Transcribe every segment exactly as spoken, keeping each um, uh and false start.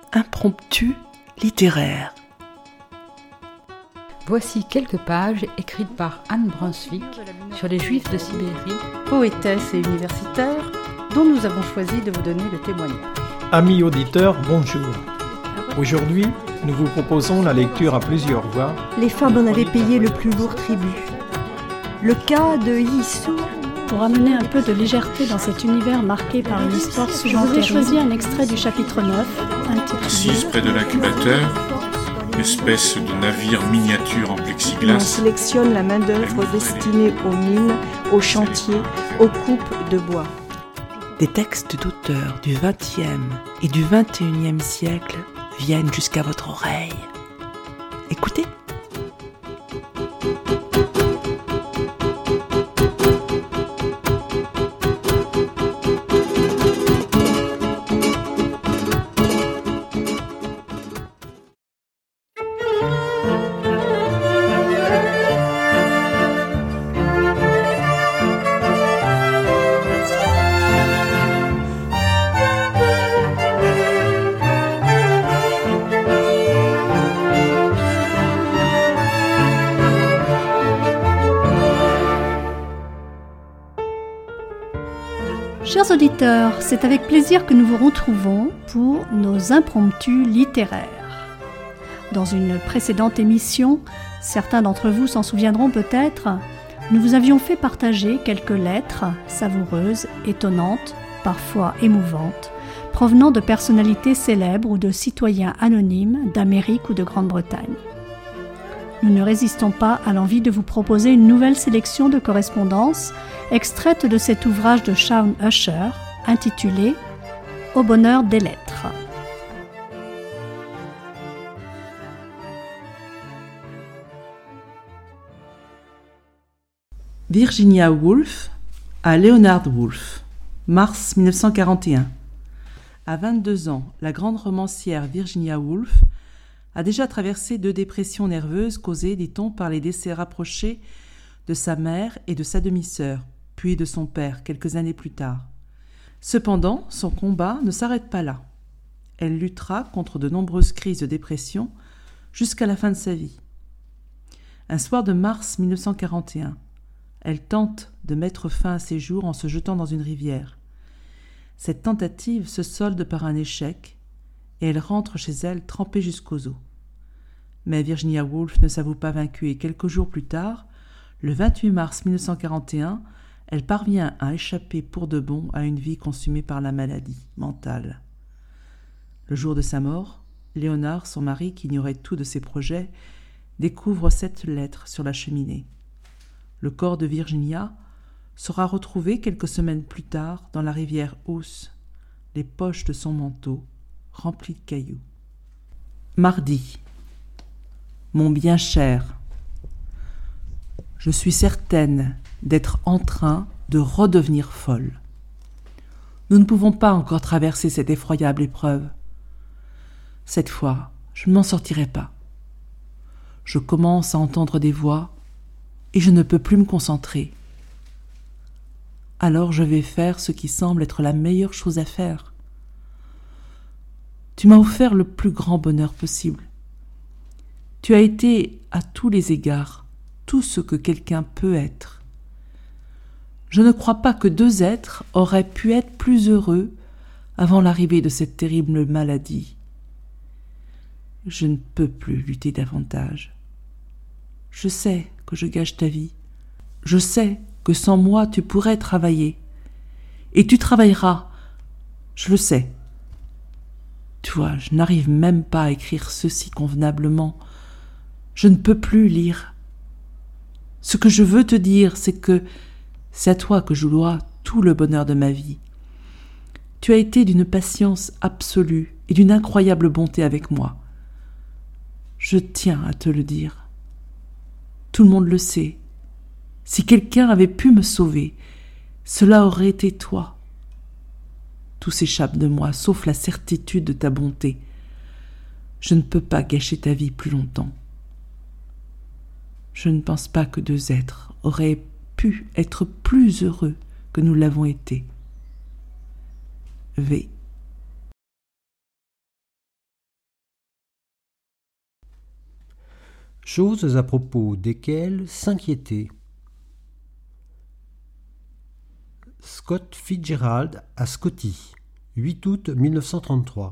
impromptu littéraire. Voici quelques pages écrites par Anne Brunswick sur les Juifs de Sibérie, poétesse et universitaire, dont nous avons choisi de vous donner le témoignage. Amis auditeurs, bonjour. Aujourd'hui, nous vous proposons la lecture à plusieurs voix. Les femmes en avaient payé le plus lourd tribut. Le cas de Yissou. Pour amener un peu de légèreté dans cet univers marqué par une histoire souvent Je vous ai choisi un extrait du chapitre neuf, intitulé Assise près de l'incubateur, espèce de navire miniature en plexiglas. On sélectionne la main-d'œuvre destinée aux mines, aux chantiers, aux coupes de bois. Des textes d'auteurs du vingtième et du vingt et unième siècle viennent jusqu'à votre oreille. Écoutez. Chers auditeurs, c'est avec plaisir que nous vous retrouvons pour nos impromptus littéraires. Dans une précédente émission, certains d'entre vous s'en souviendront peut-être, nous vous avions fait partager quelques lettres savoureuses, étonnantes, parfois émouvantes, provenant de personnalités célèbres ou de citoyens anonymes d'Amérique ou de Grande-Bretagne. Nous ne résistons pas à l'envie de vous proposer une nouvelle sélection de correspondances extraite de cet ouvrage de Shawn Usher, intitulé « Au bonheur des lettres ». Virginia Woolf à Leonard Woolf, mars mille neuf cent quarante et un. À vingt-deux ans, la grande romancière Virginia Woolf a déjà traversé deux dépressions nerveuses causées, dit-on, par les décès rapprochés de sa mère et de sa demi-sœur, puis de son père, quelques années plus tard. Cependant, son combat ne s'arrête pas là. Elle luttera contre de nombreuses crises de dépression jusqu'à la fin de sa vie. Un soir de mars mille neuf cent quarante et un, elle tente de mettre fin à ses jours en se jetant dans une rivière. Cette tentative se solde par un échec et elle rentre chez elle trempée jusqu'aux os. Mais Virginia Woolf ne s'avoue pas vaincue et quelques jours plus tard, le vingt-huit mars mille neuf cent quarante et un, elle parvient à échapper pour de bon à une vie consumée par la maladie mentale. Le jour de sa mort, Léonard, son mari, qui ignorait tout de ses projets, découvre cette lettre sur la cheminée. Le corps de Virginia sera retrouvé quelques semaines plus tard dans la rivière Ouse, les poches de son manteau remplies de cailloux. Mardi. Mon bien cher, je suis certaine d'être en train de redevenir folle. Nous ne pouvons pas encore traverser cette effroyable épreuve. Cette fois, je ne m'en sortirai pas. Je commence à entendre des voix et je ne peux plus me concentrer. Alors je vais faire ce qui semble être la meilleure chose à faire. Tu m'as offert le plus grand bonheur possible. Tu as été, à tous les égards, tout ce que quelqu'un peut être. Je ne crois pas que deux êtres auraient pu être plus heureux avant l'arrivée de cette terrible maladie. Je ne peux plus lutter davantage. Je sais que je gâche ta vie. Je sais que sans moi tu pourrais travailler. Et tu travailleras. Je le sais. Tu vois, je n'arrive même pas à écrire ceci convenablement. Je ne peux plus lire. Ce que je veux te dire, c'est que c'est à toi que je dois tout le bonheur de ma vie. Tu as été d'une patience absolue et d'une incroyable bonté avec moi. Je tiens à te le dire. Tout le monde le sait. Si quelqu'un avait pu me sauver, cela aurait été toi. Tout s'échappe de moi, sauf la certitude de ta bonté. Je ne peux pas gâcher ta vie plus longtemps. Je ne pense pas que deux êtres auraient pu être plus heureux que nous l'avons été. V. Choses à propos desquelles s'inquiéter. Scott Fitzgerald à Scotty, huit août mille neuf cent trente-trois.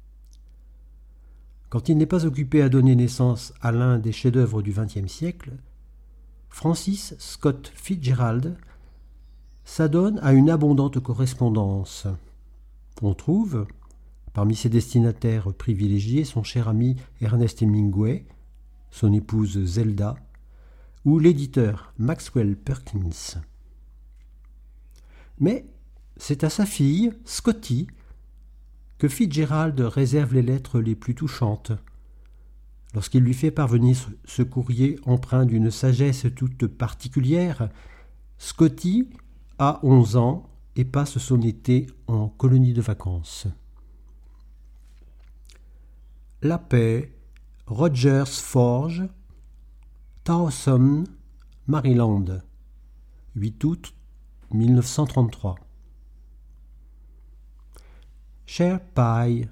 Quand il n'est pas occupé à donner naissance à l'un des chefs-d'œuvre du vingtième siècle, Francis Scott Fitzgerald s'adonne à une abondante correspondance. On trouve, parmi ses destinataires privilégiés, son cher ami Ernest Hemingway, son épouse Zelda, ou l'éditeur Maxwell Perkins. Mais c'est à sa fille, Scotty, que Fitzgerald réserve les lettres les plus touchantes. Lorsqu'il lui fait parvenir ce courrier empreint d'une sagesse toute particulière, Scotty a onze ans et passe son été en colonie de vacances. La Paix, Rogers Forge, Towson, Maryland, huit août mille neuf cent trente-trois. Cher Pye,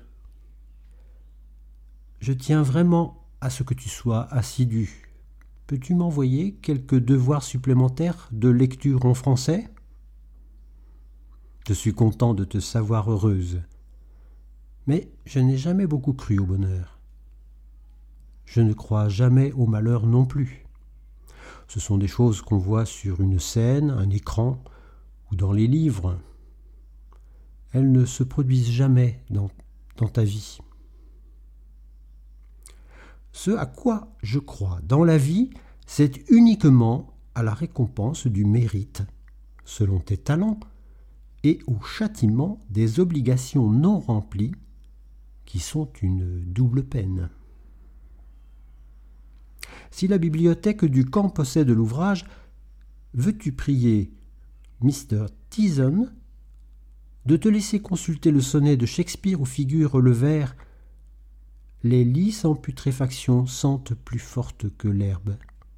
je tiens vraiment à ce que tu sois assidu. Peux-tu m'envoyer quelques devoirs supplémentaires de lecture en français ? Je suis content de te savoir heureuse, mais je n'ai jamais beaucoup cru au bonheur. Je ne crois jamais au malheur non plus. Ce sont des choses qu'on voit sur une scène, un écran ou dans les livres. Elles ne se produisent jamais dans, dans ta vie. Ce à quoi je crois dans la vie, c'est uniquement à la récompense du mérite, selon tes talents, et au châtiment des obligations non remplies, qui sont une double peine. Si la bibliothèque du camp possède l'ouvrage, veux-tu prier mister Teason de te laisser consulter le sonnet de Shakespeare où figure le vers « Les lits sans putréfaction sentent plus forte que l'herbe ».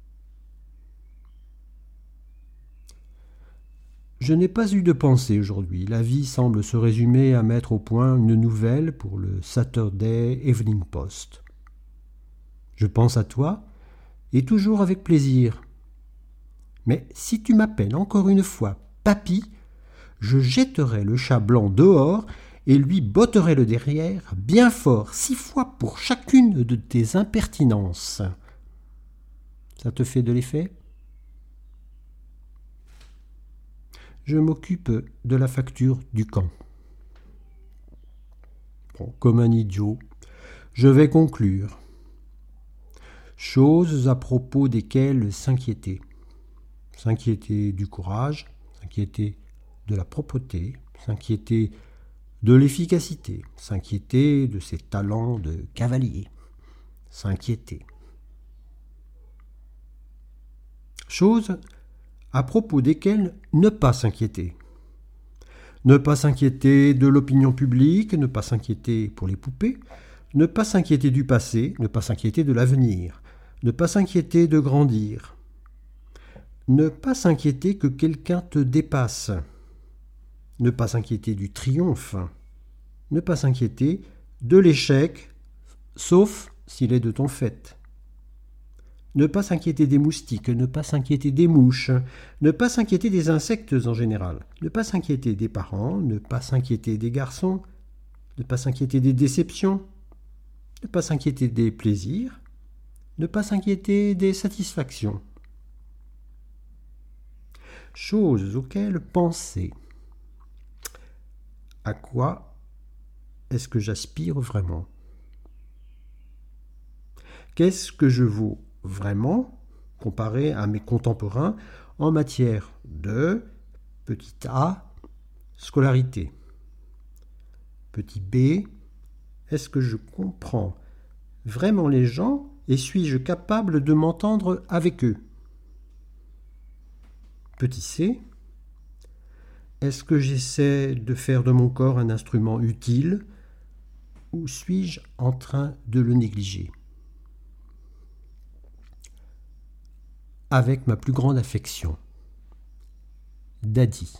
Je n'ai pas eu de pensée aujourd'hui. La vie semble se résumer à mettre au point une nouvelle pour le Saturday Evening Post. Je pense à toi, et toujours avec plaisir. Mais si tu m'appelles encore une fois papy, je jetterai le chat blanc dehors et lui botterai le derrière bien fort, six fois pour chacune de tes impertinences. Ça te fait de l'effet ? Je m'occupe de la facture du camp. Bon, comme un idiot, je vais conclure. Choses à propos desquelles s'inquiéter. S'inquiéter du courage, s'inquiéter de la propreté, s'inquiéter de l'efficacité, s'inquiéter de ses talents de cavalier, s'inquiéter. Choses à propos desquelles ne pas s'inquiéter. Ne pas s'inquiéter de l'opinion publique, ne pas s'inquiéter pour les poupées, ne pas s'inquiéter du passé, ne pas s'inquiéter de l'avenir, ne pas s'inquiéter de grandir, ne pas s'inquiéter que quelqu'un te dépasse, ne pas s'inquiéter du triomphe, ne pas s'inquiéter de l'échec, sauf s'il est de ton fait. Ne pas s'inquiéter des moustiques, ne pas s'inquiéter des mouches, ne pas s'inquiéter des insectes en général, ne pas s'inquiéter des parents, ne pas s'inquiéter des garçons, ne pas s'inquiéter des déceptions, ne pas s'inquiéter des plaisirs, ne pas s'inquiéter des satisfactions. Choses auxquelles penser. À quoi est-ce que j'aspire vraiment ? Qu'est-ce que je vaux vraiment, comparé à mes contemporains, en matière de petit a, scolarité. Petit b, est-ce que je comprends vraiment les gens et suis-je capable de m'entendre avec eux ? Petit c, est-ce que j'essaie de faire de mon corps un instrument utile ou suis-je en train de le négliger ? Avec ma plus grande affection. Daddy.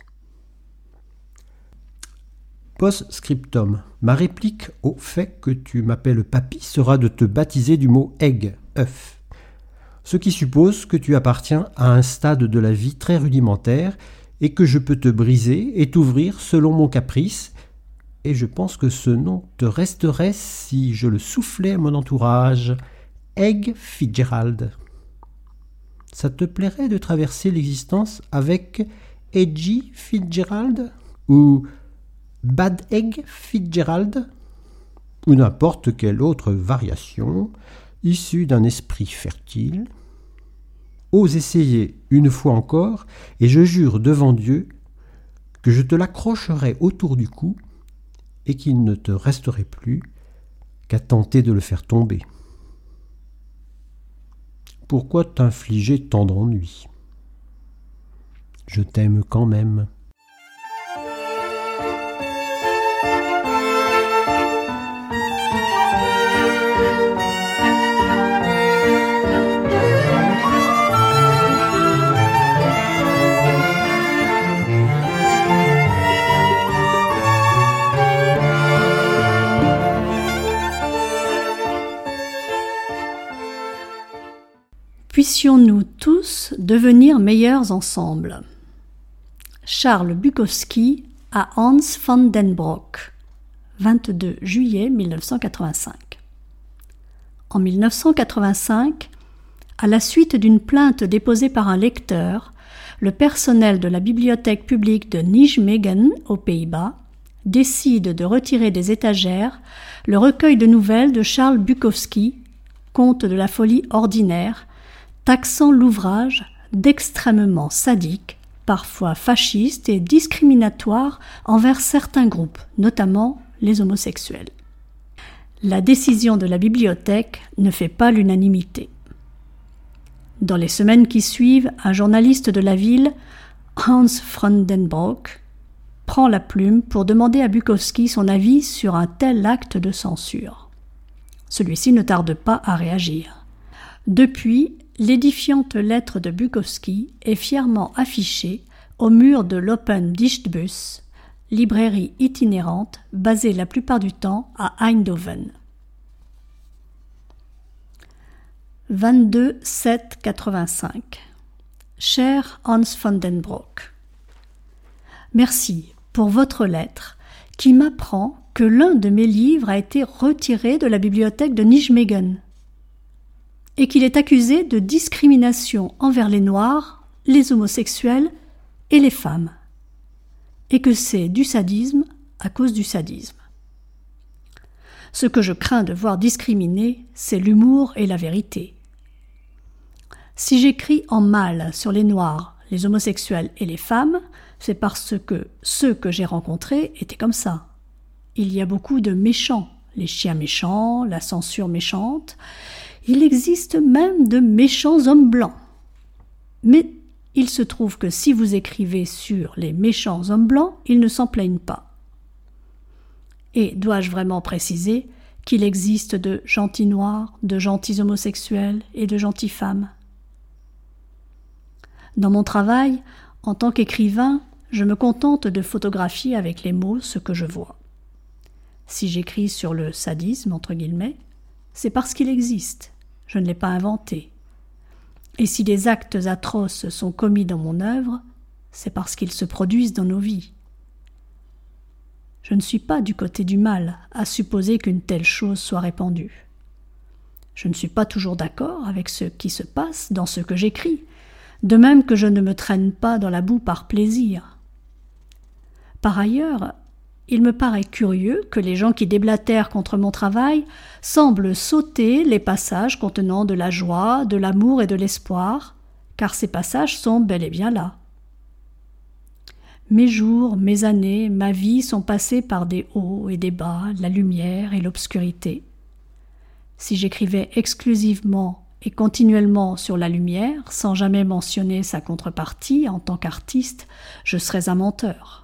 Post-scriptum. Ma réplique au fait que tu m'appelles papy sera de te baptiser du mot egg, œuf. ce qui suppose que tu appartiens à un stade de la vie très rudimentaire et que je peux te briser et t'ouvrir selon mon caprice, et je pense que ce nom te resterait si je le soufflais à mon entourage. Egg Fitzgerald. Ça te plairait de traverser l'existence avec Edgy Fitzgerald ou Bad Egg Fitzgerald ou n'importe quelle autre variation issue d'un esprit fertile? Ose essayer une fois encore et je jure devant Dieu que je te l'accrocherai autour du cou et qu'il ne te resterait plus qu'à tenter de le faire tomber. Pourquoi t'infliger tant d'ennuis? Je t'aime quand même. Puissions-nous tous devenir meilleurs ensemble. Charles Bukowski à Hans van den Broek, vingt-deux juillet mille neuf cent quatre-vingt-cinq. En mille neuf cent quatre-vingt-cinq, à la suite d'une plainte déposée par un lecteur, le personnel de la bibliothèque publique de Nijmegen, aux Pays-Bas, décide de retirer des étagères le recueil de nouvelles de Charles Bukowski, Contes de la folie ordinaire, taxant l'ouvrage d'extrêmement sadique, parfois fasciste et discriminatoire envers certains groupes, notamment les homosexuels. La décision de la bibliothèque ne fait pas l'unanimité. Dans les semaines qui suivent, un journaliste de la ville, Hans van den Broek, prend la plume pour demander à Bukowski son avis sur un tel acte de censure. Celui-ci ne tarde pas à réagir. Depuis, l'édifiante lettre de Bukowski est fièrement affichée au mur de l'Open Dichtbus, librairie itinérante basée la plupart du temps à Eindhoven. vingt-deux sept quatre-vingt-cinq. Cher Hans van den Broek, merci pour votre lettre qui m'apprend que l'un de mes livres a été retiré de la bibliothèque de Nijmegen et qu'il est accusé de discrimination envers les Noirs, les homosexuels et les femmes, et que c'est du sadisme à cause du sadisme. Ce que je crains de voir discriminer, c'est l'humour et la vérité. Si j'écris en mal sur les Noirs, les homosexuels et les femmes, c'est parce que ceux que j'ai rencontrés étaient comme ça. Il y a beaucoup de méchants, les chiens méchants, la censure méchante. Il existe même de méchants hommes blancs. Mais il se trouve que si vous écrivez sur les méchants hommes blancs, ils ne s'en plaignent pas. Et dois-je vraiment préciser qu'il existe de gentils noirs, de gentils homosexuels et de gentilles femmes? Dans mon travail, en tant qu'écrivain, je me contente de photographier avec les mots ce que je vois. Si j'écris sur le sadisme, entre guillemets, c'est parce qu'il existe. Je ne l'ai pas inventé. Et si des actes atroces sont commis dans mon œuvre, c'est parce qu'ils se produisent dans nos vies. Je ne suis pas du côté du mal à supposer qu'une telle chose soit répandue. Je ne suis pas toujours d'accord avec ce qui se passe dans ce que j'écris, de même que je ne me traîne pas dans la boue par plaisir. Par ailleurs, il me paraît curieux que les gens qui déblatèrent contre mon travail semblent sauter les passages contenant de la joie, de l'amour et de l'espoir, car ces passages sont bel et bien là. Mes jours, mes années, ma vie sont passés par des hauts et des bas, la lumière et l'obscurité. Si j'écrivais exclusivement et continuellement sur la lumière, sans jamais mentionner sa contrepartie en tant qu'artiste, je serais un menteur.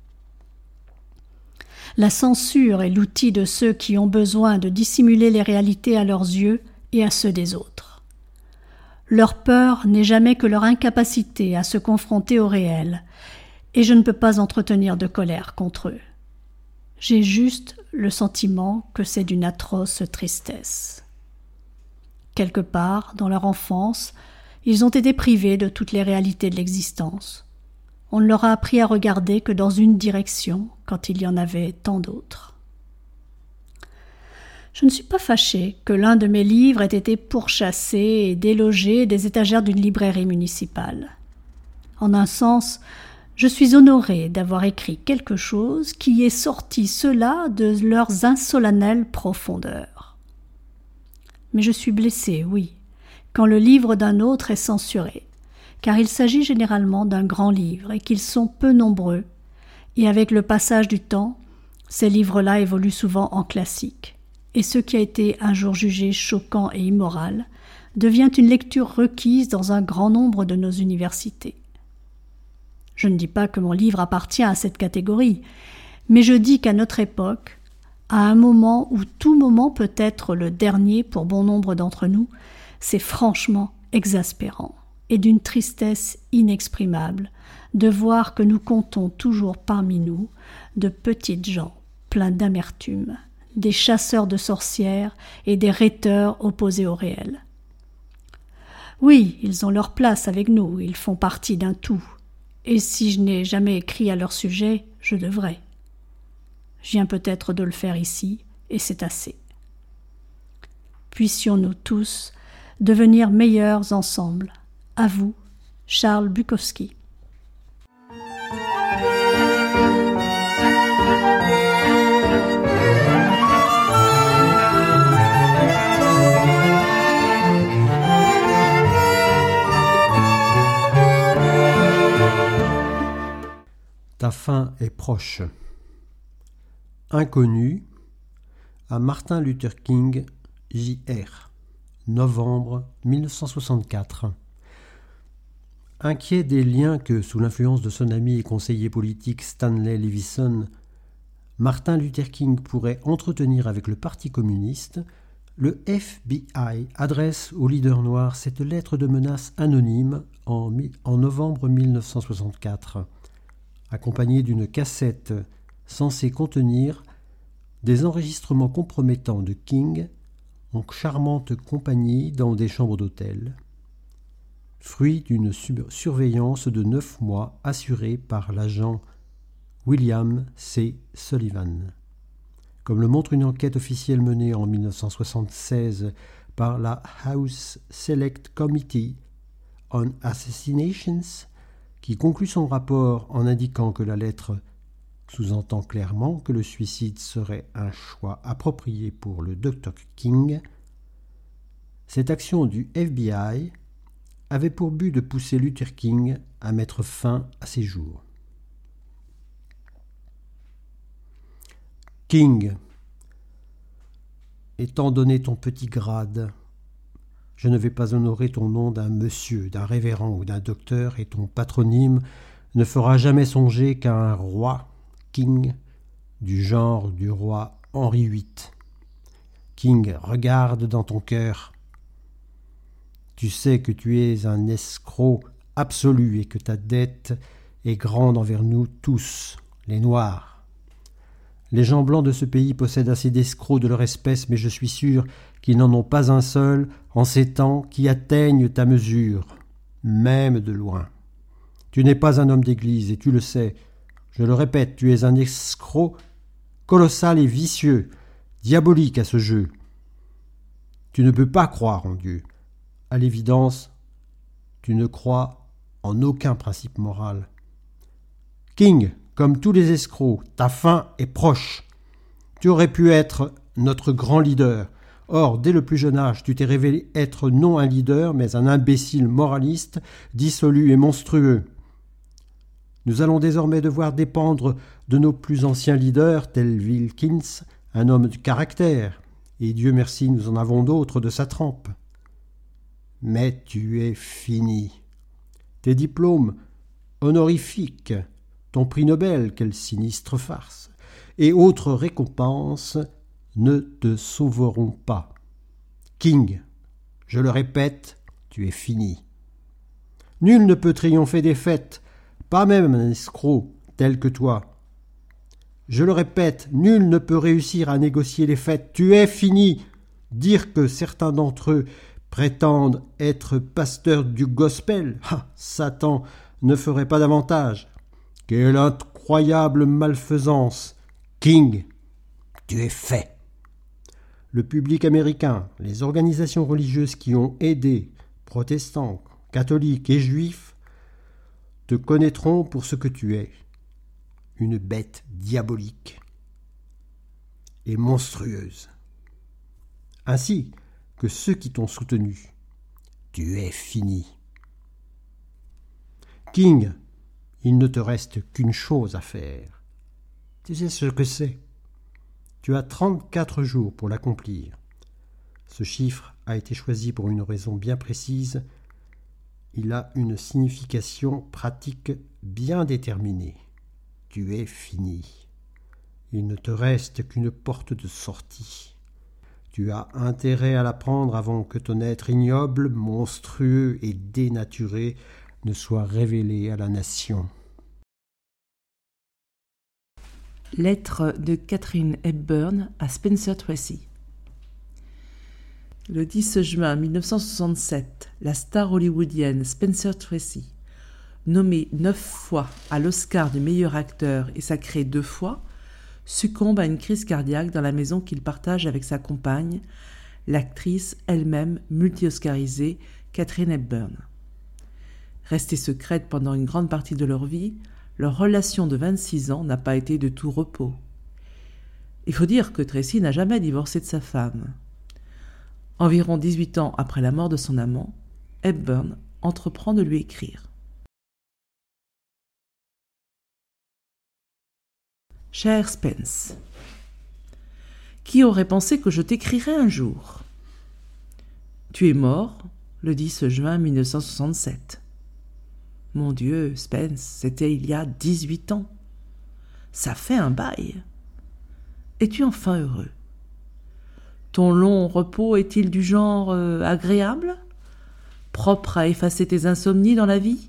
La censure est l'outil de ceux qui ont besoin de dissimuler les réalités à leurs yeux et à ceux des autres. Leur peur n'est jamais que leur incapacité à se confronter au réel, et je ne peux pas entretenir de colère contre eux. J'ai juste le sentiment que c'est d'une atroce tristesse. Quelque part, dans leur enfance, ils ont été privés de toutes les réalités de l'existence. On ne leur a appris à regarder que dans une direction, quand il y en avait tant d'autres. Je ne suis pas fâchée que l'un de mes livres ait été pourchassé et délogé des étagères d'une librairie municipale. En un sens, je suis honorée d'avoir écrit quelque chose qui est sorti ceux-là de leurs insolennelles profondeurs. Mais je suis blessée, oui, quand le livre d'un autre est censuré, car il s'agit généralement d'un grand livre et qu'ils sont peu nombreux, et avec le passage du temps, ces livres-là évoluent souvent en classiques, et ce qui a été un jour jugé choquant et immoral devient une lecture requise dans un grand nombre de nos universités. Je ne dis pas que mon livre appartient à cette catégorie, mais je dis qu'à notre époque, à un moment où tout moment peut être le dernier pour bon nombre d'entre nous, c'est franchement exaspérant et d'une tristesse inexprimable de voir que nous comptons toujours parmi nous de petites gens pleins d'amertume, des chasseurs de sorcières et des rhéteurs opposés au réel. Oui, ils ont leur place avec nous, ils font partie d'un tout, et si je n'ai jamais écrit à leur sujet, je devrais. Je viens peut-être de le faire ici, et c'est assez. Puissions-nous tous devenir meilleurs ensemble. À vous, Charles Bukowski. Ta fin est proche. Inconnu à Martin Luther King, J R, novembre mille neuf cent soixante-quatre. Inquiet des liens que, sous l'influence de son ami et conseiller politique Stanley Levison, Martin Luther King pourrait entretenir avec le Parti communiste, le F B I adresse au leader noir cette lettre de menace anonyme en, en novembre mille neuf cent soixante-quatre, accompagnée d'une cassette censée contenir des enregistrements compromettants de King en charmante compagnie dans des chambres d'hôtel, fruit d'une surveillance de neuf mois assurée par l'agent William C. Sullivan. Comme le montre une enquête officielle menée en mille neuf cent soixante-seize par la House Select Committee on Assassinations, qui conclut son rapport en indiquant que la lettre sous-entend clairement que le suicide serait un choix approprié pour le docteur King. Cette action du F B I avait pour but de pousser Luther King à mettre fin à ses jours. King, étant donné ton petit grade, je ne vais pas honorer ton nom d'un monsieur, d'un révérend ou d'un docteur, et ton patronyme ne fera jamais songer qu'à un roi, King, du genre du roi Henri huit. King, regarde dans ton cœur. Tu sais que tu es un escroc absolu et que ta dette est grande envers nous tous, les Noirs. Les gens blancs de ce pays possèdent assez d'escrocs de leur espèce, mais je suis sûr qu'ils n'en ont pas un seul en ces temps qui atteignent ta mesure, même de loin. Tu n'es pas un homme d'église et tu le sais. Je le répète, tu es un escroc colossal et vicieux, diabolique à ce jeu. Tu ne peux pas croire en Dieu. À l'évidence, tu ne crois en aucun principe moral. King, comme tous les escrocs, ta fin est proche. Tu aurais pu être notre grand leader. Or, dès le plus jeune âge, tu t'es révélé être non un leader, mais un imbécile moraliste, dissolu et monstrueux. Nous allons désormais devoir dépendre de nos plus anciens leaders, tels Wilkins, un homme de caractère, et Dieu merci, nous en avons d'autres de sa trempe. Mais tu es fini. Tes diplômes honorifiques, ton prix Nobel, quelle sinistre farce, et autres récompenses ne te sauveront pas. King, je le répète, tu es fini. Nul ne peut triompher des faits, pas même un escroc tel que toi. Je le répète, nul ne peut réussir à négocier les faits. Tu es fini. Dire que certains d'entre eux prétendent être pasteurs du gospel. Ah, Satan ne ferait pas davantage. Quelle incroyable malfaisance. King, tu es fait. Le public américain, les organisations religieuses qui ont aidé, protestants, catholiques et juifs, te connaîtront pour ce que tu es, une bête diabolique et monstrueuse, ainsi que ceux qui t'ont soutenu. Tu es fini. King, il ne te reste qu'une chose à faire. Tu sais ce que c'est? Tu as trente-quatre jours pour l'accomplir. Ce chiffre a été choisi pour une raison bien précise. Il a une signification pratique bien déterminée. Tu es fini. Il ne te reste qu'une porte de sortie. Tu as intérêt à la prendre avant que ton être ignoble, monstrueux et dénaturé ne soit révélé à la nation. Lettre de Katharine Hepburn à Spencer Tracy. Le dix juin mille neuf cent soixante-sept, la star hollywoodienne Spencer Tracy, nommé neuf fois à l'Oscar du meilleur acteur et sacré deux fois, succombe à une crise cardiaque dans la maison qu'il partage avec sa compagne, l'actrice elle-même multi-oscarisée Katharine Hepburn. Restée secrète pendant une grande partie de leur vie, leur relation de vingt-six ans n'a pas été de tout repos. Il faut dire que Tracy n'a jamais divorcé de sa femme. Environ dix-huit ans après la mort de son amant, Hepburn entreprend de lui écrire. Cher Spence, qui aurait pensé que je t'écrirais un jour? Tu es mort le dix juin mille neuf cent soixante-sept. Mon Dieu, Spence, c'était il y a dix-huit ans. Ça fait un bail. Es-tu enfin heureux? Ton long repos est-il du genre euh, agréable, propre à effacer tes insomnies dans la vie?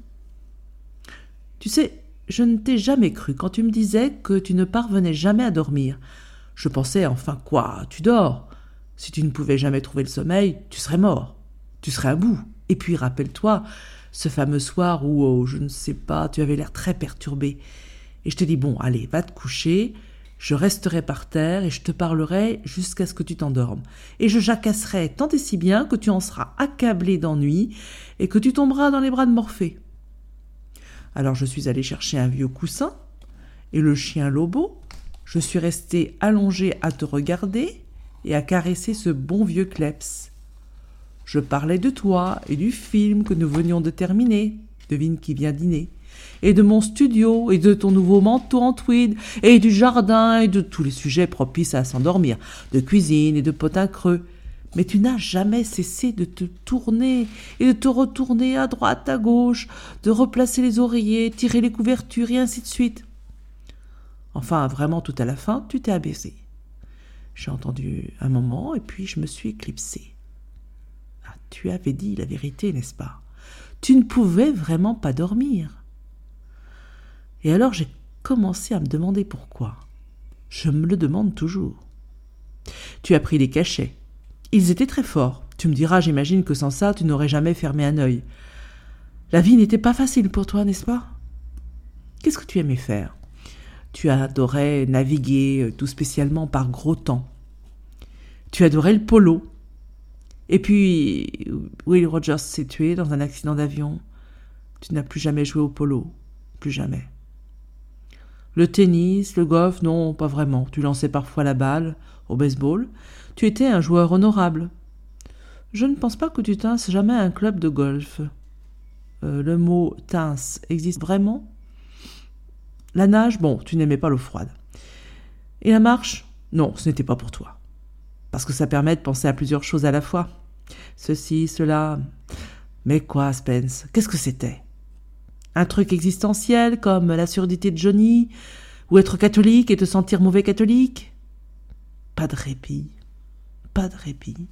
Tu sais, je ne t'ai jamais cru quand tu me disais que tu ne parvenais jamais à dormir. Je pensais, enfin quoi, tu dors. Si tu ne pouvais jamais trouver le sommeil, tu serais mort. Tu serais à bout. Et puis, rappelle-toi, ce fameux soir où, oh, je ne sais pas, tu avais l'air très perturbé. Et je te dis, bon, allez, va te coucher, je resterai par terre et je te parlerai jusqu'à ce que tu t'endormes. Et je jacasserai tant et si bien que tu en seras accablé d'ennui et que tu tomberas dans les bras de Morphée. Alors je suis allé chercher un vieux coussin et le chien Lobo. Je suis resté allongé à te regarder et à caresser ce bon vieux Kleps. Je parlais de toi et du film que nous venions de terminer, devine qui vient dîner, et de mon studio, et de ton nouveau manteau en tweed, et du jardin, et de tous les sujets propices à s'endormir, de cuisine et de potins creux. Mais tu n'as jamais cessé de te tourner et de te retourner à droite, à gauche, de replacer les oreillers, tirer les couvertures et ainsi de suite. Enfin, vraiment, tout à la fin, tu t'es abaissé. J'ai entendu un moment et puis je me suis éclipsé. Ah, tu avais dit la vérité, n'est-ce pas? Tu ne pouvais vraiment pas dormir. Et alors j'ai commencé à me demander pourquoi. Je me le demande toujours. Tu as pris des cachets. Ils étaient très forts. Tu me diras, j'imagine que sans ça, tu n'aurais jamais fermé un œil. La vie n'était pas facile pour toi, n'est-ce pas? Qu'est-ce que tu aimais faire? Tu adorais naviguer, tout spécialement par gros temps. Tu adorais le polo. Et puis, Will Rogers s'est tué dans un accident d'avion. Tu n'as plus jamais joué au polo. Plus jamais. Le tennis, le golf, non, pas vraiment. Tu lançais parfois la balle, au baseball. Tu étais un joueur honorable. Je ne pense pas que tu tinsses jamais à un club de golf. Euh, le mot « tince » existe vraiment? La nage, bon, tu n'aimais pas l'eau froide. Et la marche? Non, ce n'était pas pour toi. Parce que ça permet de penser à plusieurs choses à la fois. Ceci, cela... Mais quoi, Spence? Qu'est-ce que c'était? Un truc existentiel comme la surdité de Johnny? Ou être catholique et te sentir mauvais catholique? Pas de répit. Pas de répit.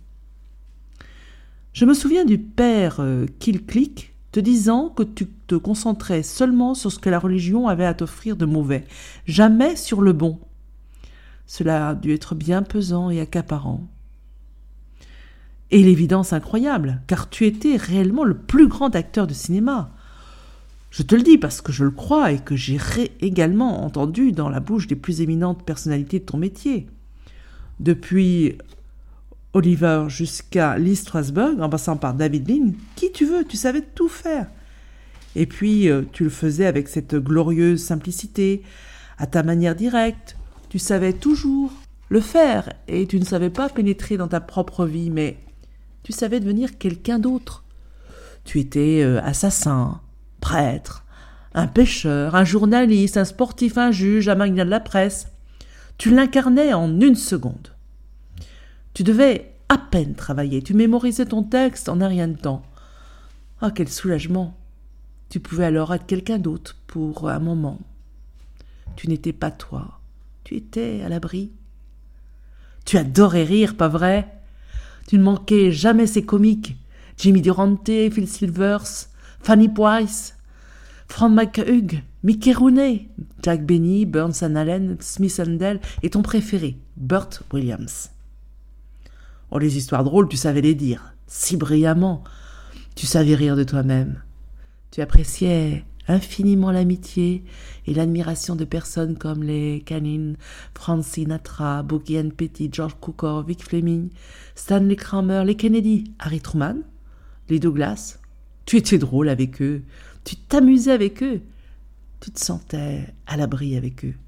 Je me souviens du père euh, Kilclick te disant que tu te concentrais seulement sur ce que la religion avait à t'offrir de mauvais, jamais sur le bon. Cela a dû être bien pesant et accaparant. Et l'évidence incroyable, car tu étais réellement le plus grand acteur de cinéma. Je te le dis parce que je le crois et que j'ai ré- également entendu dans la bouche des plus éminentes personnalités de ton métier. Depuis Oliver jusqu'à Lee Strasberg, en passant par David Lean, qui tu veux, tu savais tout faire. Et puis, euh, tu le faisais avec cette glorieuse simplicité, à ta manière directe. Tu savais toujours le faire et tu ne savais pas pénétrer dans ta propre vie, mais tu savais devenir quelqu'un d'autre. Tu étais euh, assassin, prêtre, un pêcheur, un journaliste, un sportif, un juge, un magnat de la presse. Tu l'incarnais en une seconde. Tu devais à peine travailler, tu mémorisais ton texte en un rien de temps. Ah, quel soulagement! Tu pouvais alors être quelqu'un d'autre pour un moment. Tu n'étais pas toi, tu étais à l'abri. Tu adorais rire, pas vrai? Tu ne manquais jamais ces comiques. Jimmy Durante, Phil Silvers, Fanny Price, Frank McHugh, Mickey Rooney, Jack Benny, Burns and Allen, Smith and Dell et ton préféré, Burt Williams. Oh, les histoires drôles, tu savais les dire, si brillamment. Tu savais rire de toi-même. Tu appréciais infiniment l'amitié et l'admiration de personnes comme les Canning, Frank Sinatra, Boogie and Petty, George Cukor, Vic Fleming, Stanley Kramer, les Kennedy, Harry Truman, les Douglas. Tu étais drôle avec eux, tu t'amusais avec eux, tu te sentais à l'abri avec eux.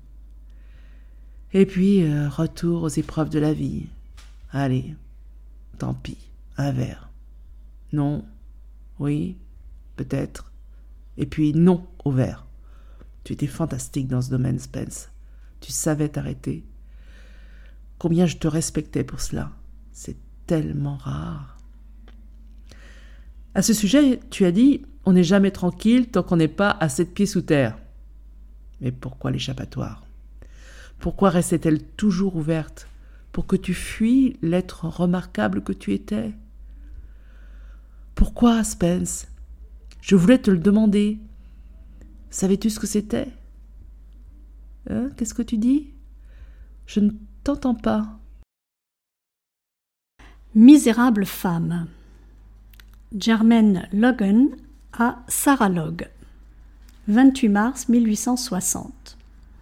Et puis, euh, retour aux épreuves de la vie. Allez, tant pis, un verre. Non, oui, peut-être. Et puis non au verre. Tu étais fantastique dans ce domaine, Spence. Tu savais t'arrêter. Combien je te respectais pour cela. C'est tellement rare. À ce sujet, tu as dit « On n'est jamais tranquille tant qu'on n'est pas à sept pieds sous terre ». Mais pourquoi l'échappatoire? Pourquoi restait-elle toujours ouverte? Pour que tu fuis l'être remarquable que tu étais? Pourquoi, Spence? Je voulais te le demander. Savais-tu ce que c'était? Hein, qu'est-ce que tu dis? Je ne t'entends pas. Misérable femme. Jermaine Logan à Sarah Logg. vingt-huit mars mille huit cent soixante.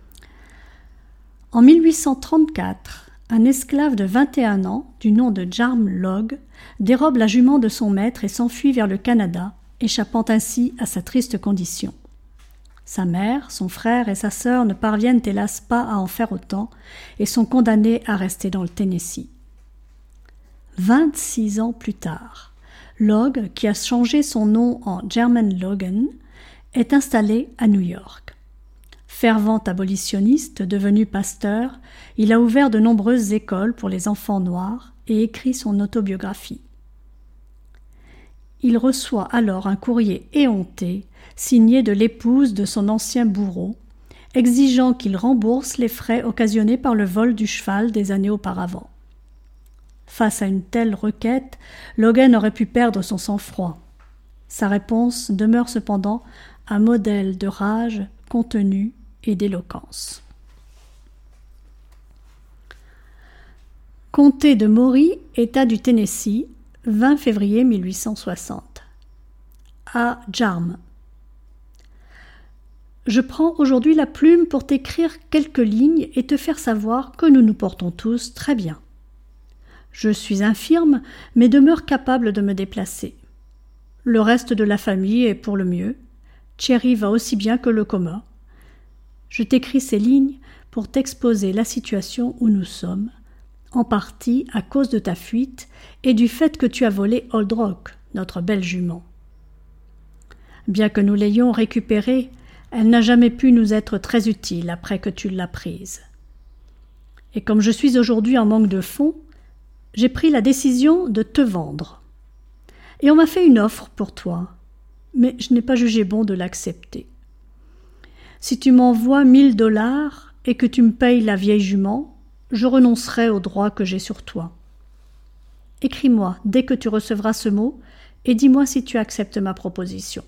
En mille huit cent trente-quatre, un esclave de vingt et un ans, du nom de Jarm Logg, dérobe la jument de son maître et s'enfuit vers le Canada, échappant ainsi à sa triste condition. Sa mère, son frère et sa sœur ne parviennent hélas pas à en faire autant et sont condamnés à rester dans le Tennessee. vingt-six ans plus tard, Logg, qui a changé son nom en Jermaine Logan, est installé à New York. Fervent abolitionniste, devenu pasteur, il a ouvert de nombreuses écoles pour les enfants noirs et écrit son autobiographie. Il reçoit alors un courrier éhonté, signé de l'épouse de son ancien bourreau, exigeant qu'il rembourse les frais occasionnés par le vol du cheval des années auparavant. Face à une telle requête, Logan aurait pu perdre son sang-froid. Sa réponse demeure cependant un modèle de rage contenue et d'éloquence. Comté de Maury, État du Tennessee, vingt février mille huit cent soixante. À Jarm. Je prends aujourd'hui la plume pour t'écrire quelques lignes et te faire savoir que nous nous portons tous très bien. Je suis infirme, mais demeure capable de me déplacer. Le reste de la famille est pour le mieux. Cherry va aussi bien que le coma. Je t'écris ces lignes pour t'exposer la situation où nous sommes, en partie à cause de ta fuite et du fait que tu as volé Old Rock, notre belle jument. Bien que nous l'ayons récupérée, elle n'a jamais pu nous être très utile après que tu l'as prise. Et comme je suis aujourd'hui en manque de fonds, j'ai pris la décision de te vendre. Et on m'a fait une offre pour toi, mais je n'ai pas jugé bon de l'accepter. Si tu m'envoies mille dollars et que tu me payes la vieille jument, je renoncerai aux droits que j'ai sur toi. Écris-moi dès que tu recevras ce mot et dis-moi si tu acceptes ma proposition.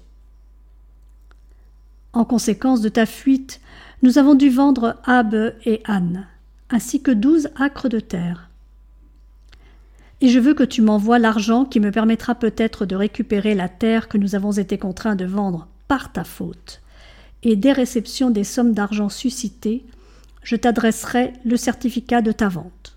En conséquence de ta fuite, nous avons dû vendre Abe et Anne, ainsi que douze acres de terre. Et je veux que tu m'envoies l'argent qui me permettra peut-être de récupérer la terre que nous avons été contraints de vendre par ta faute. Et dès réception des sommes d'argent suscitées, je t'adresserai le certificat de ta vente.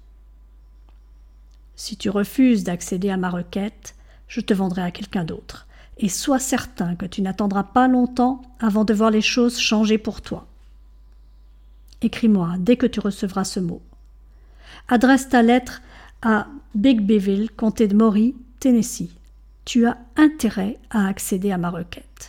Si tu refuses d'accéder à ma requête, je te vendrai à quelqu'un d'autre. Et sois certain que tu n'attendras pas longtemps avant de voir les choses changer pour toi. Écris-moi dès que tu recevras ce mot. Adresse ta lettre à Begbéville, comté de Maury, Tennessee. Tu as intérêt à accéder à ma requête.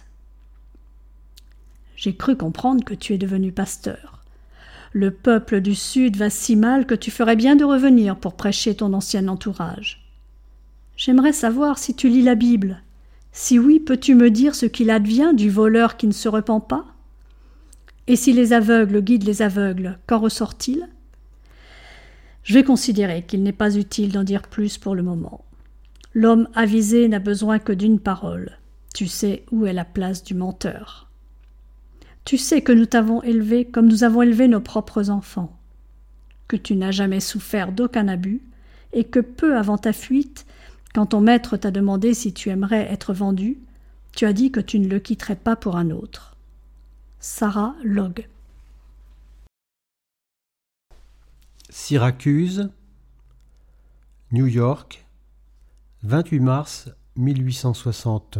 J'ai cru comprendre que tu es devenu pasteur. Le peuple du Sud va si mal que tu ferais bien de revenir pour prêcher ton ancien entourage. J'aimerais savoir si tu lis la Bible. Si oui, peux-tu me dire ce qu'il advient du voleur qui ne se repent pas? Et si les aveugles guident les aveugles, qu'en ressort-il? Je vais considérer qu'il n'est pas utile d'en dire plus pour le moment. L'homme avisé n'a besoin que d'une parole. Tu sais où est la place du menteur. Tu sais que nous t'avons élevé comme nous avons élevé nos propres enfants, que tu n'as jamais souffert d'aucun abus, et que peu avant ta fuite, quand ton maître t'a demandé si tu aimerais être vendu, tu as dit que tu ne le quitterais pas pour un autre. Sarah Log. Syracuse, New York, vingt-huit mars mille huit cent soixante.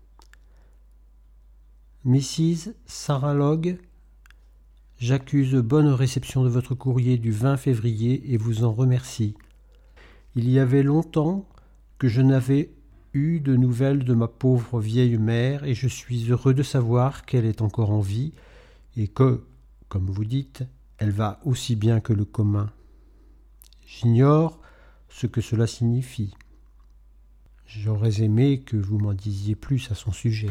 Missus Sarah Log, j'accuse bonne réception de votre courrier du vingt février et vous en remercie. Il y avait longtemps que je n'avais eu de nouvelles de ma pauvre vieille mère et je suis heureux de savoir qu'elle est encore en vie et que, comme vous dites, elle va aussi bien que le commun. J'ignore ce que cela signifie. J'aurais aimé que vous m'en disiez plus à son sujet.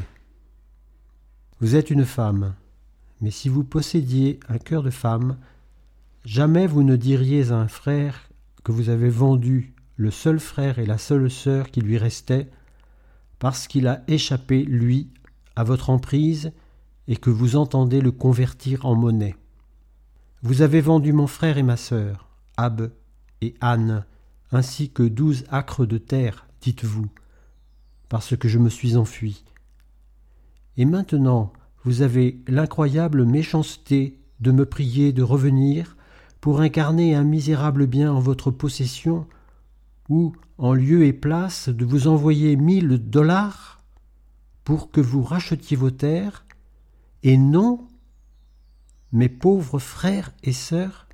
Vous êtes une femme, mais si vous possédiez un cœur de femme, jamais vous ne diriez à un frère que vous avez vendu le seul frère et la seule sœur qui lui restaient, parce qu'il a échappé, lui, à votre emprise et que vous entendez le convertir en monnaie. Vous avez vendu mon frère et ma sœur, Ab et Anne, ainsi que douze acres de terre, dites-vous, parce que je me suis enfui. Et maintenant, vous avez l'incroyable méchanceté de me prier de revenir pour incarner un misérable bien en votre possession, ou, en lieu et place de vous envoyer mille dollars pour que vous rachetiez vos terres, et non, mes pauvres frères et sœurs.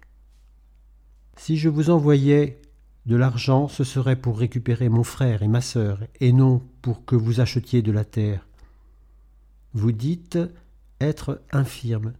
Si je vous envoyais de l'argent, ce serait pour récupérer mon frère et ma sœur, et non pour que vous achetiez de la terre. Vous dites être infirme,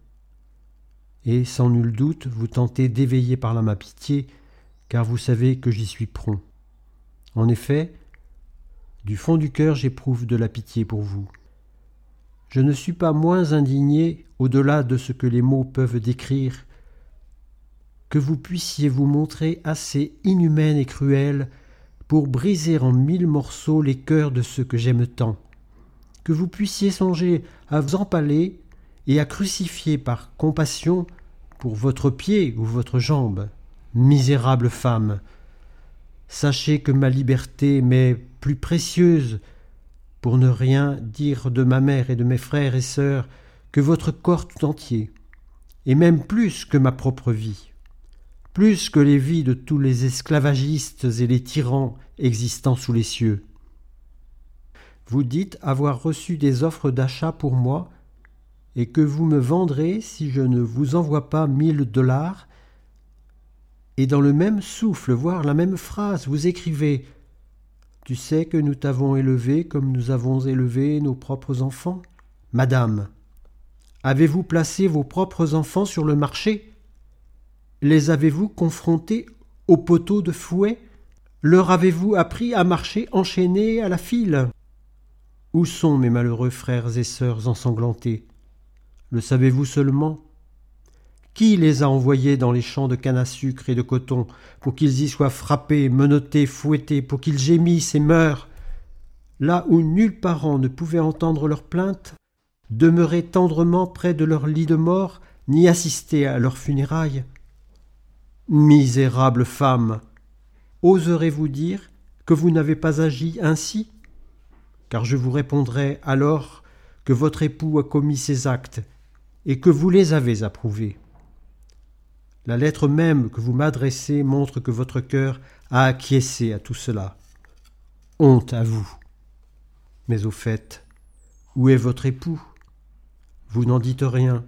et sans nul doute vous tentez d'éveiller par là ma pitié, car vous savez que j'y suis prompt. En effet, du fond du cœur j'éprouve de la pitié pour vous. Je ne suis pas moins indigné, au-delà de ce que les mots peuvent décrire, que vous puissiez vous montrer assez inhumaine et cruelle pour briser en mille morceaux les cœurs de ceux que j'aime tant, que vous puissiez songer à vous empaler et à crucifier par compassion pour votre pied ou votre jambe. Misérable femme, sachez que ma liberté m'est plus précieuse, pour ne rien dire de ma mère et de mes frères et sœurs, que votre corps tout entier, et même plus que ma propre vie, plus que les vies de tous les esclavagistes et les tyrans existant sous les cieux. Vous dites avoir reçu des offres d'achat pour moi, et que vous me vendrez si je ne vous envoie pas mille dollars, et dans le même souffle, voire la même phrase, vous écrivez « Tu sais que nous t'avons élevé comme nous avons élevé nos propres enfants ?» Madame, avez-vous placé vos propres enfants sur le marché? Les avez-vous confrontés au poteau de fouet? Leur avez-vous appris à marcher enchaînés à la file? Où sont mes malheureux frères et sœurs ensanglantés? Le savez-vous seulement? Qui les a envoyés dans les champs de canne à sucre et de coton pour qu'ils y soient frappés, menottés, fouettés, pour qu'ils gémissent et meurent, là où nul parent ne pouvait entendre leurs plaintes, demeurer tendrement près de leur lit de mort, ni assister à leurs funérailles? Misérable femme, oserez-vous dire que vous n'avez pas agi ainsi ? Car je vous répondrai alors que votre époux a commis ces actes et que vous les avez approuvés. La lettre même que vous m'adressez montre que votre cœur a acquiescé à tout cela. Honte à vous. Mais au fait, où est votre époux ? Vous n'en dites rien.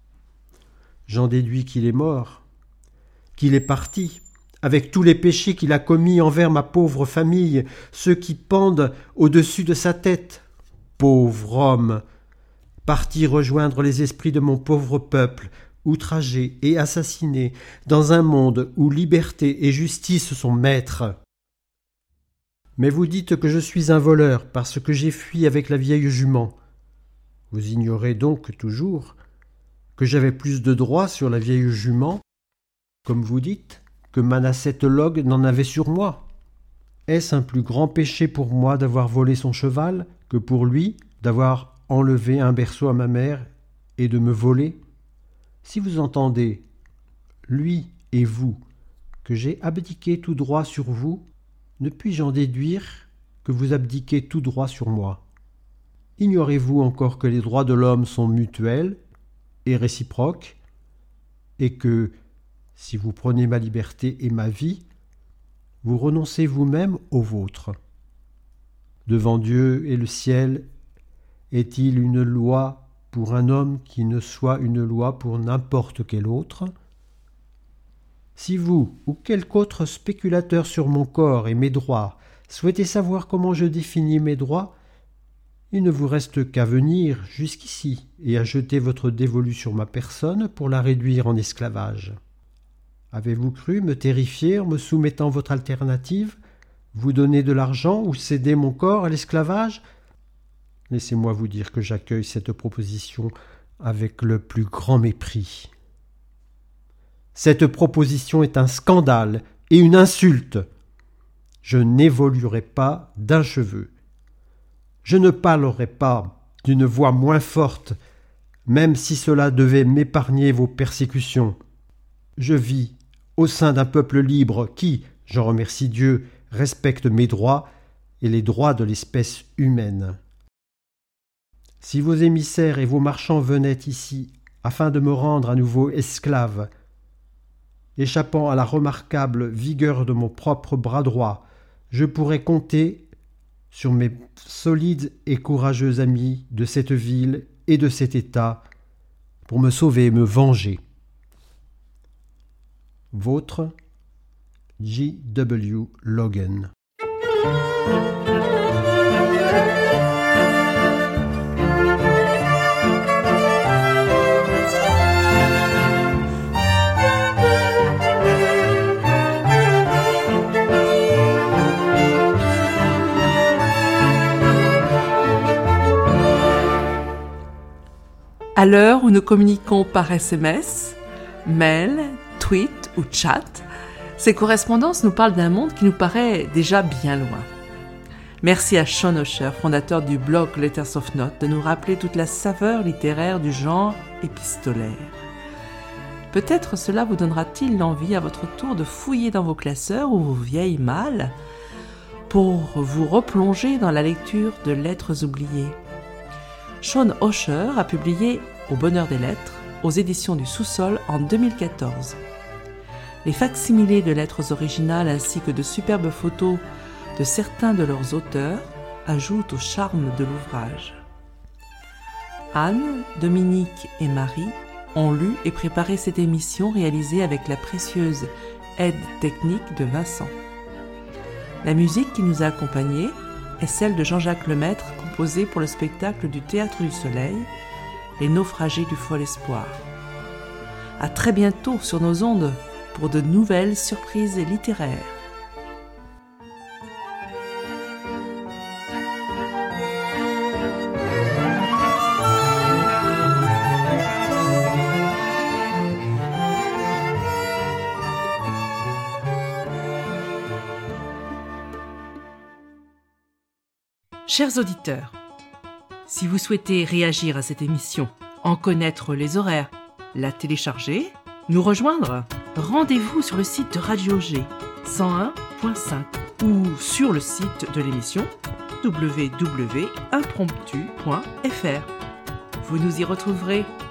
J'en déduis qu'il est mort, qu'il est parti, avec tous les péchés qu'il a commis envers ma pauvre famille, ceux qui pendent au-dessus de sa tête. Pauvre homme, parti rejoindre les esprits de mon pauvre peuple, outragé et assassiné, dans un monde où liberté et justice sont maîtres. Mais vous dites que je suis un voleur parce que j'ai fui avec la vieille jument. Vous ignorez donc toujours que j'avais plus de droit sur la vieille jument, comme vous dites, que Manasseth Log n'en avait sur moi. Est-ce un plus grand péché pour moi d'avoir volé son cheval que pour lui d'avoir enlevé un berceau à ma mère et de me voler ? Si vous entendez, lui et vous, que j'ai abdiqué tout droit sur vous, ne puis-je en déduire que vous abdiquez tout droit sur moi ? Ignorez-vous encore que les droits de l'homme sont mutuels et réciproques, et que, si vous prenez ma liberté et ma vie, vous renoncez vous-même aux vôtres. Devant Dieu et le ciel, est-il une loi pour un homme qui ne soit une loi pour n'importe quel autre ? Si vous ou quelque autre spéculateur sur mon corps et mes droits souhaitez savoir comment je définis mes droits, il ne vous reste qu'à venir jusqu'ici et à jeter votre dévolu sur ma personne pour la réduire en esclavage. Avez-vous cru me terrifier en me soumettant votre alternative, vous donner de l'argent ou céder mon corps à l'esclavage ? Laissez-moi vous dire que j'accueille cette proposition avec le plus grand mépris. Cette proposition est un scandale et une insulte. Je n'évoluerai pas d'un cheveu. Je ne parlerai pas d'une voix moins forte, même si cela devait m'épargner vos persécutions. Je vis au sein d'un peuple libre qui, j'en remercie Dieu, respecte mes droits et les droits de l'espèce humaine. Si vos émissaires et vos marchands venaient ici afin de me rendre à nouveau esclave, échappant à la remarquable vigueur de mon propre bras droit, je pourrais compter sur mes solides et courageux amis de cette ville et de cet État pour me sauver et me venger. Votre J W Logan. À l'heure où nous communiquons par S M S, mail, tweet ou chat, ces correspondances nous parlent d'un monde qui nous paraît déjà bien loin. Merci à Sean Osher, fondateur du blog Letters of Note, de nous rappeler toute la saveur littéraire du genre épistolaire. Peut-être cela vous donnera-t-il l'envie à votre tour de fouiller dans vos classeurs ou vos vieilles malles pour vous replonger dans la lecture de Lettres oubliées. Sean Osher a publié Au bonheur des lettres aux éditions du Sous-sol en deux mille quatorze. Les facsimilés de lettres originales ainsi que de superbes photos de certains de leurs auteurs ajoutent au charme de l'ouvrage. Anne, Dominique et Marie ont lu et préparé cette émission réalisée avec la précieuse aide technique de Vincent. La musique qui nous a accompagnés est celle de Jean-Jacques Lemaître, composée pour le spectacle du Théâtre du Soleil, Les naufragés du fol espoir. À très bientôt sur nos ondes pour de nouvelles surprises littéraires. Chers auditeurs, si vous souhaitez réagir à cette émission, en connaître les horaires, la télécharger, nous rejoindre, rendez-vous sur le site de Radio G cent un point cinq. ou sur le site de l'émission w w w point impromptu point f r. Vous nous y retrouverez.